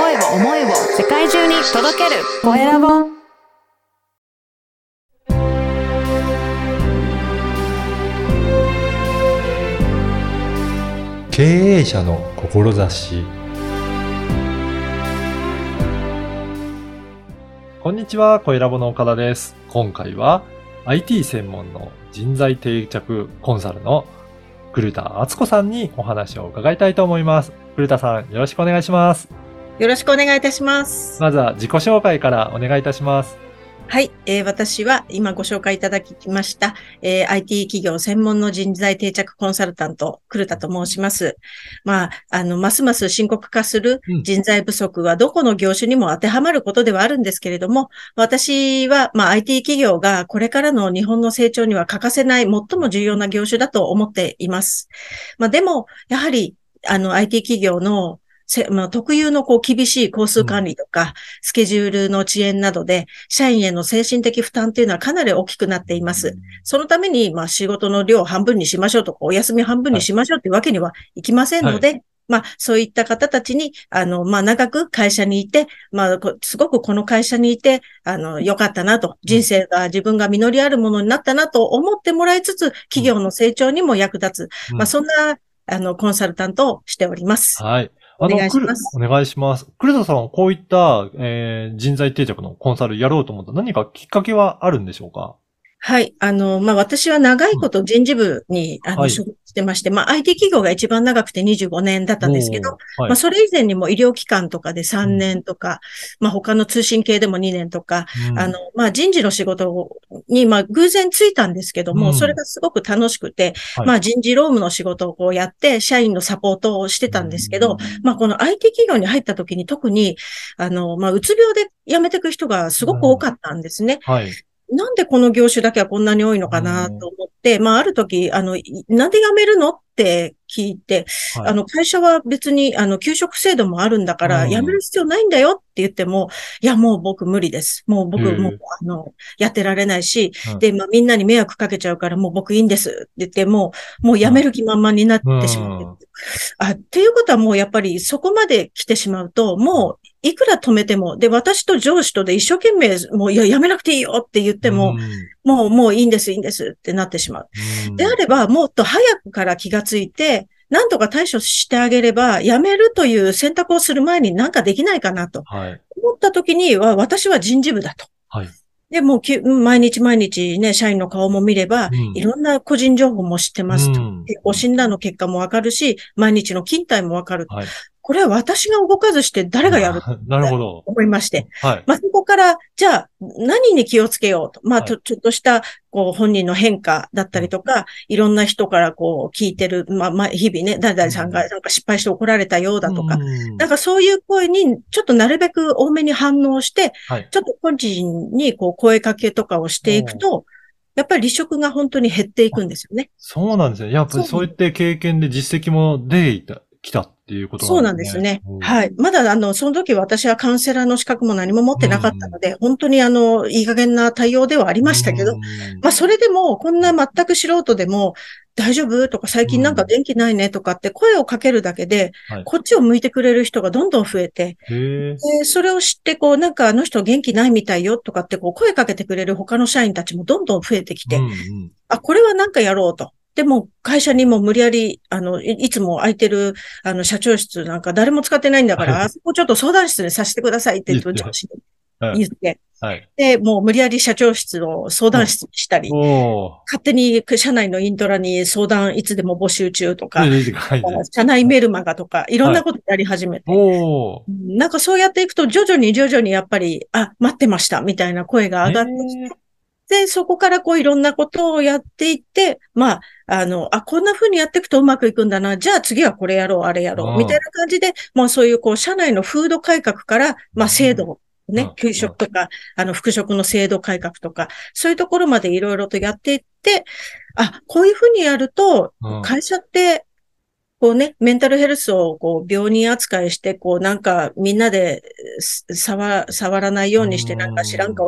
声を世界中に届けるコエラボ。 経営者の志。こんにちは、コエラボの岡田です。今回は IT 専門の人材定着コンサルの古田敦子さんにお話を伺いたいと思います。古田さん、よろしくお願いします。 よろしくお願いいたします。 まずは自己紹介からお願いいたします。 はい、私は今ご紹介いただきました、IT 企業専門の人材定着コンサルタント、古田と申します。ますます深刻化する人材不足はどこの業種にも当てはまることではあるんですけれども、私は、IT 企業がこれからの日本の成長には欠かせない最も重要な業種だと思っています。でも、やはり、IT 企業の特有の厳しい工数管理とか、スケジュールの遅延などで、社員への精神的負担というのはかなり大きくなっています。そのために、仕事の量を半分にしましょうとか、お休み半分にしましょうというわけにはいきませんので、そういった方たちに、長く会社にいて、すごくこの会社にいて、良かったなと、人生が自分が実りあるものになったなと思ってもらいつつ、企業の成長にも役立つ、そんな、コンサルタントをしております。 はい。 お願いします。 お願いします。古田さんはこういった、人材定着のコンサルやろうと思った何かきっかけはあるんでしょうか？ はい。私は長いこと人事部に、所属してまして、IT 企業が一番長くて25年だったんですけど、それ以前にも医療機関とかで3年とか、他の通信系でも2年とか、人事の仕事に、偶然ついたんですけども、それがすごく楽しくて、人事労務の仕事をやって、社員のサポートをしてたんですけど、この IT 企業に入った時に特に、うつ病で辞めていく人がすごく多かったんですね。なんでこの業種だけはこんなに多いのかなと思って、ある時、なんで辞めるのって聞いて、会社は別に、給食制度もあるんだから、辞める必要ないんだよって言っても、いや、もう僕無理です。もう僕、やってられないし、で、みんなに迷惑かけちゃうから、もう僕いいんですって言って、もう辞める気満々になってしまって。っていうことはもうやっぱりそこまで来てしまうと、もういくら止めても、で、私と上司とで一生懸命、もういや、辞めなくていいよって言っても、もういいんです、いいんですってなってしまう。であれば、もっと早くから気がついて、なんとか対処してあげれば、辞めるという選択をする前になんかできないかなと。思った時には、私は人事部だと。で、もう毎日毎日ね、社員の顔も見れば、いろんな個人情報も知ってますと。健康診断の結果もわかるし、毎日の勤怠もわかる。これは私が動かずして誰がやるなるほど。 思いまして。そこから、じゃあ、何に気をつけようと。ちょっとした、本人の変化だったりとか、いろんな人から聞いてる、日々ね、誰々さんがなんか失敗して怒られたようだとか、なんかそういう声に、ちょっとなるべく多めに反応して、ちょっと個人に声かけとかをしていくと、やっぱり離職が本当に減っていくんですよね。 そうなんですね。やっぱりそういった経験で実績も出てきたっていうことなんですね。 そうなんですね。はい。まだその時私はカウンセラーの資格も何も持ってなかったので、本当にいい加減な対応ではありましたけど、それでも、こんな全く素人でも、大丈夫とか最近なんか元気ないねとかって声をかけるだけで、こっちを向いてくれる人がどんどん増えて、でそれを知って、なんかあの人元気ないみたいよとかって声かけてくれる他の社員たちもどんどん増えてきて、これはなんかやろうと。でも、会社にも無理やり、いつも空いてる、社長室なんか誰も使ってないんだから、あそこちょっと相談室にさせてくださいって上司に言って、で、もう無理やり社長室を相談室にしたり、勝手に社内のイントラに相談いつでも募集中とか、社内メルマガとか、いろんなことやり始めて、なんかそうやっていくと徐々にやっぱり、待ってましたみたいな声が上がってきて、で、そこからいろんなことをやっていって、こんな風にやっていくとうまくいくんだな。じゃあ次はこれやろう、あれやろう、みたいな感じで、そういう社内の風土改革から、制度、ね、給食とか、復職の制度改革とか、そういうところまでいろいろとやっていって、こういう風にやると、会社って、メンタルヘルスを病人扱いして、なんかみんなで触らないようにしてなんか知らん顔する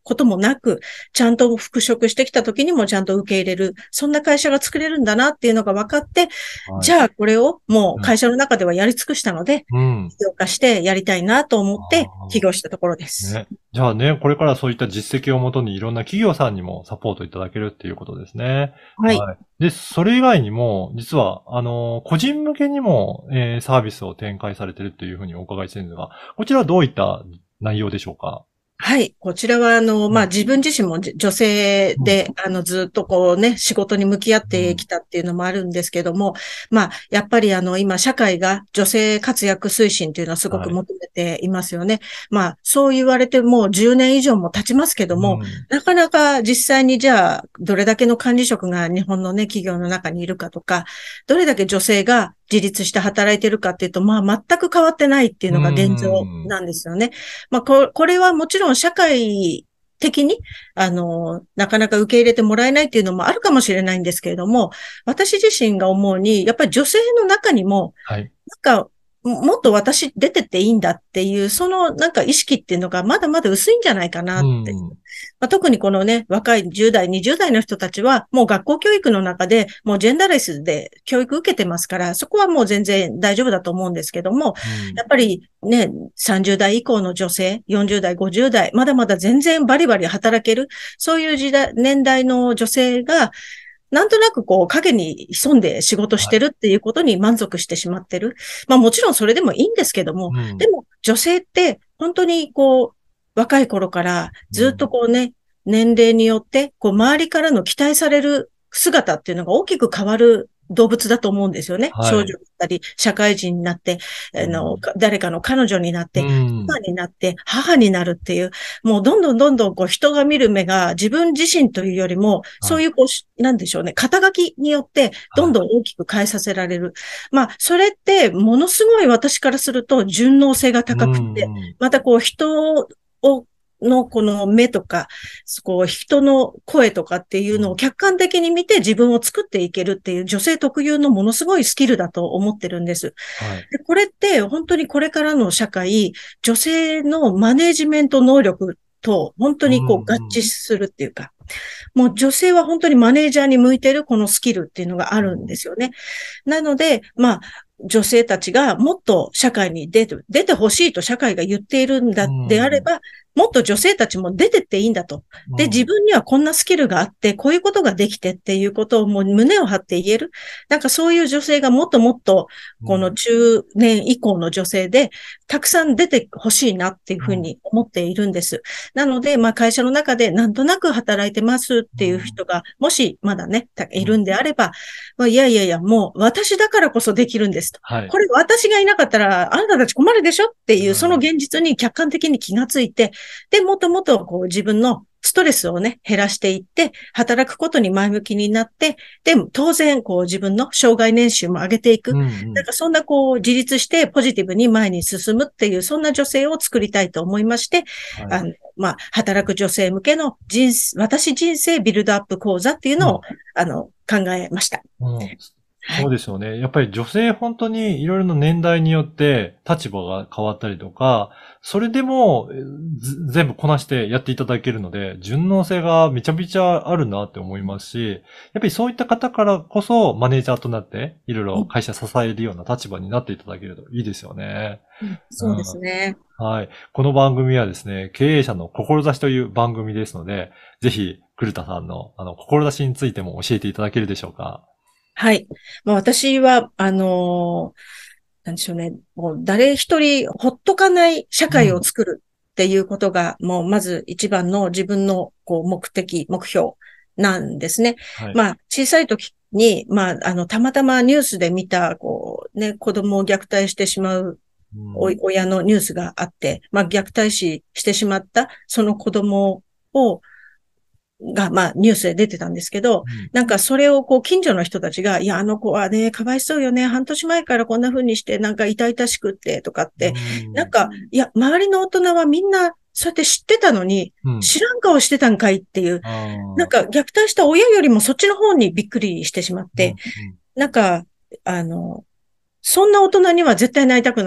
こともなく、ちゃんと復職してきた時にもちゃんと受け入れる、そんな会社が作れるんだなっていうのが分かって、じゃあこれをもう会社の中ではやり尽くしたので、起業化してやりたいなと思って起業したところです。 ね。じゃあね、これからそういった実績をもとにいろんな企業さんにもサポートいただけるっていうことですね。 はい。 で、それ以外にも、実は、個人向けにも、サービスを展開されてるというふうにお伺いしてるんですが、こちらはどういった内容でしょうか？ はい。こちらは、自分自身も女性で、ずっとこうね、仕事に向き合ってきたっていうのもあるんですけども、やっぱり今、社会が女性活躍推進っていうのはすごく求めていますよね。そう言われてもう10年以上も経ちますけども、なかなか実際にじゃあ、どれだけの管理職が日本のね、企業の中にいるかとか、どれだけ女性が自立して働いてるかっていうと、全く変わってないっていうのが現状なんですよね。これはもちろん社会的に、なかなか受け入れてもらえないっていうのもあるかもしれないんですけれども、私自身が思うに、やっぱり女性の中にも、もっと私出てっていいんだっていう、その意識っていうのがまだまだ薄いんじゃないかなって。特にこのね、若い10代、20代の人たちは、もう学校教育の中で、もうジェンダーレスで教育受けてますから、そこはもう全然大丈夫だと思うんですけども、やっぱりね、30代以降の女性、40代、50代、まだまだ全然バリバリ働ける、そういう年代の女性が、なんとなくこう影に潜んで仕事してるっていうことに満足してしまってる。もちろんそれでもいいんですけども、でも女性って本当にこう若い頃からずっとこうね、年齢によってこう周りからの期待される姿っていうのが大きく変わる動物だと思うんですよね。少女だったり、社会人になって、誰かの彼女になって、妻になって、母になるっていう、もうどんどんこう人が見る目が自分自身というよりも、そういうこう、なんでしょうね、肩書きによってどんどん大きく変えさせられる。それってものすごい私からすると順応性が高くて、またこう人のこの目とか、こう人の声とかっていうのを客観的に見て自分を作っていけるっていう女性特有のものすごいスキルだと思ってるんです。でこれって本当にこれからの社会、女性のマネジメント能力と本当にこう合致するっていうか、もう女性は本当にマネージャーに向いてるこのスキルっていうのがあるんですよね。なので、女性たちがもっと社会に出てほしいと社会が言っているんだであれば、もっと女性たちも出てっていいんだと。で、自分にはこんなスキルがあって、こういうことができてっていうことをもう胸を張って言える。そういう女性がもっともっと、この中年以降の女性で、たくさん出てほしいなっていうふうに思っているんです。なので、会社の中でなんとなく働いてますっていう人が、もしまだね、いるんであれば、いや、もう私だからこそできるんですと。これ私がいなかったら、あなたたち困るでしょっていう、その現実に客観的に気がついて、で、もっともっとこう自分のストレスをね、減らしていって、働くことに前向きになって、でも当然、こう自分の障害年収も上げていく。そんなこう自立してポジティブに前に進むっていう、そんな女性を作りたいと思いまして、働く女性向けの私人生ビルドアップ講座っていうのを、考えました。 そうですよね。やっぱり女性本当にいろいろな年代によって立場が変わったりとか、それでも全部こなしてやっていただけるので、順応性がめちゃめちゃあるなって思いますし、やっぱりそういった方からこそマネージャーとなっていろいろ会社支えるような立場になっていただけるといいですよね。 そうですね。 はい。この番組はですね、経営者の志という番組ですので、ぜひ、栗田さんの志についても教えていただけるでしょうか。 はい。私は、なんでしょうね。もう誰一人ほっとかない社会を作るっていうことが、もうまず一番の自分のこう目標なんですね。小さい時に、たまたまニュースで見た、こうね、子供を虐待してしまう親のニュースがあって、虐待死してしまったその子供が、ニュースで出てたんですけど、それをこう、近所の人たちが、いや、あの子はね、かわいそうよね、半年前からこんな風にして、痛々しくって、とかって、いや、周りの大人はみんな、そうやって知ってたのに、知らん顔してたんかいっていう、虐待した親よりもそっちの方にびっくりしてしまって、そんな大人には絶対なりたくないっ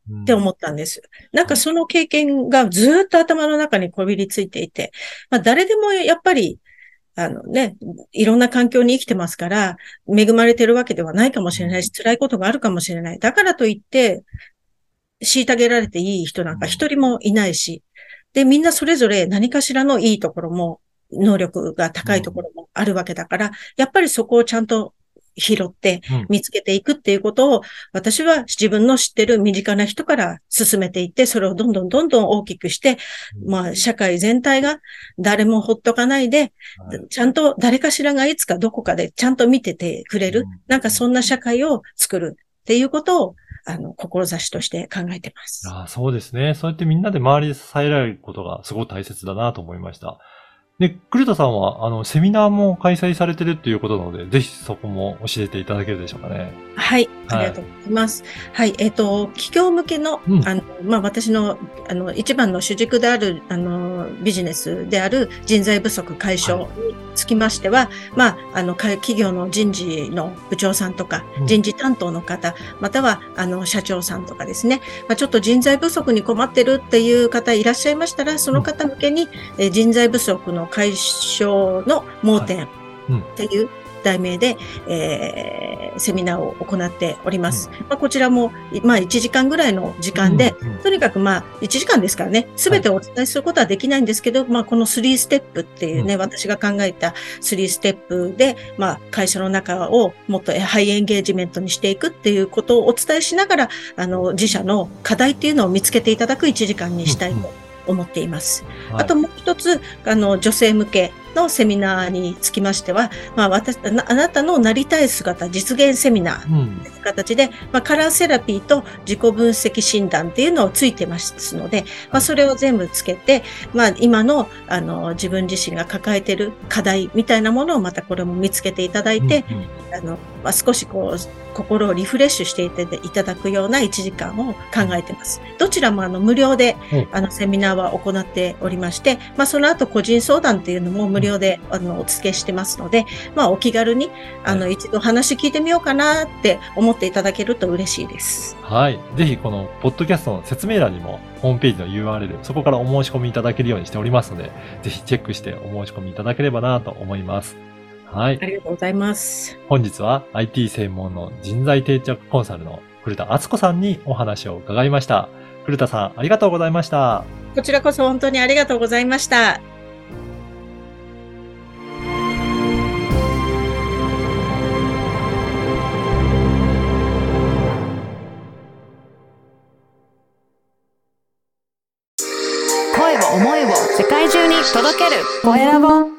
って思ったんです。なんかその経験がずっと頭の中にこびりついていて、誰でもやっぱり、いろんな環境に生きてますから、恵まれてるわけではないかもしれないし、辛いことがあるかもしれない。だからといって、虐げられていい人なんか一人もいないし、で、みんなそれぞれ何かしらのいいところも、能力が高いところもあるわけだから、やっぱりそこをちゃんと拾って見つけていくっていうことを、私は自分の知ってる身近な人から進めていって、それをどんどん大きくして、社会全体が誰もほっとかないで、ちゃんと誰かしらがいつかどこかでちゃんと見ててくれる、なんかそんな社会を作るっていうことを、志として考えてます。 そうですね。そうやってみんなで周りで支えられることがすごく大切だなと思いました。で、栗田さんは、セミナーも開催されてるっていうことなので、ぜひそこも教えていただけるでしょうかね。 はい。ありがとうございます。はい。企業向けの、私の、一番の主軸である、ビジネスである人材不足解消につきましては、企業の人事の部長さんとか、人事担当の方、または、社長さんとかですね、ちょっと人材不足に困ってるっていう方いらっしゃいましたら、その方向けに、人材不足の解消の盲点っていう、題名で、セミナーを行っております。こちらも、1時間ぐらいの時間で、とにかく1時間ですからね、すべてお伝えすることはできないんですけど、この3ステップっていうね、私が考えた3ステップで、会社の中をもっとハイエンゲージメントにしていくっていうことをお伝えしながら、自社の課題っていうのを見つけていただく1時間にしたいと思っています。あともう一つ、女性向けのセミナーにつきましては、あなたのなりたい姿実現セミナーという形で、カラーセラピーと自己分析診断っていうのをついてますので、それを全部つけて、今の、自分自身が抱えている課題みたいなものをまたこれも見つけていただいて、少し心をリフレッシュしていただくような1時間を考えています。どちらも無料で、セミナーは行っておりまして、その後個人相談っていうのも無料でお付けしてますので、お気軽に一度話聞いてみようかなって思っていただけると嬉しいです。 はい。ぜひこのポッドキャストの説明欄にもホームページの URL、そこからお申し込みいただけるようにしておりますので、ぜひチェックしてお申し込みいただければなと思います。はい。 ありがとうございます。 本日は IT 専門の人材定着コンサルの古田敦子さんにお話を伺いました。古田さん、ありがとうございました。 こちらこそ本当にありがとうございました。 声を思いを世界中に届けるコエラボ。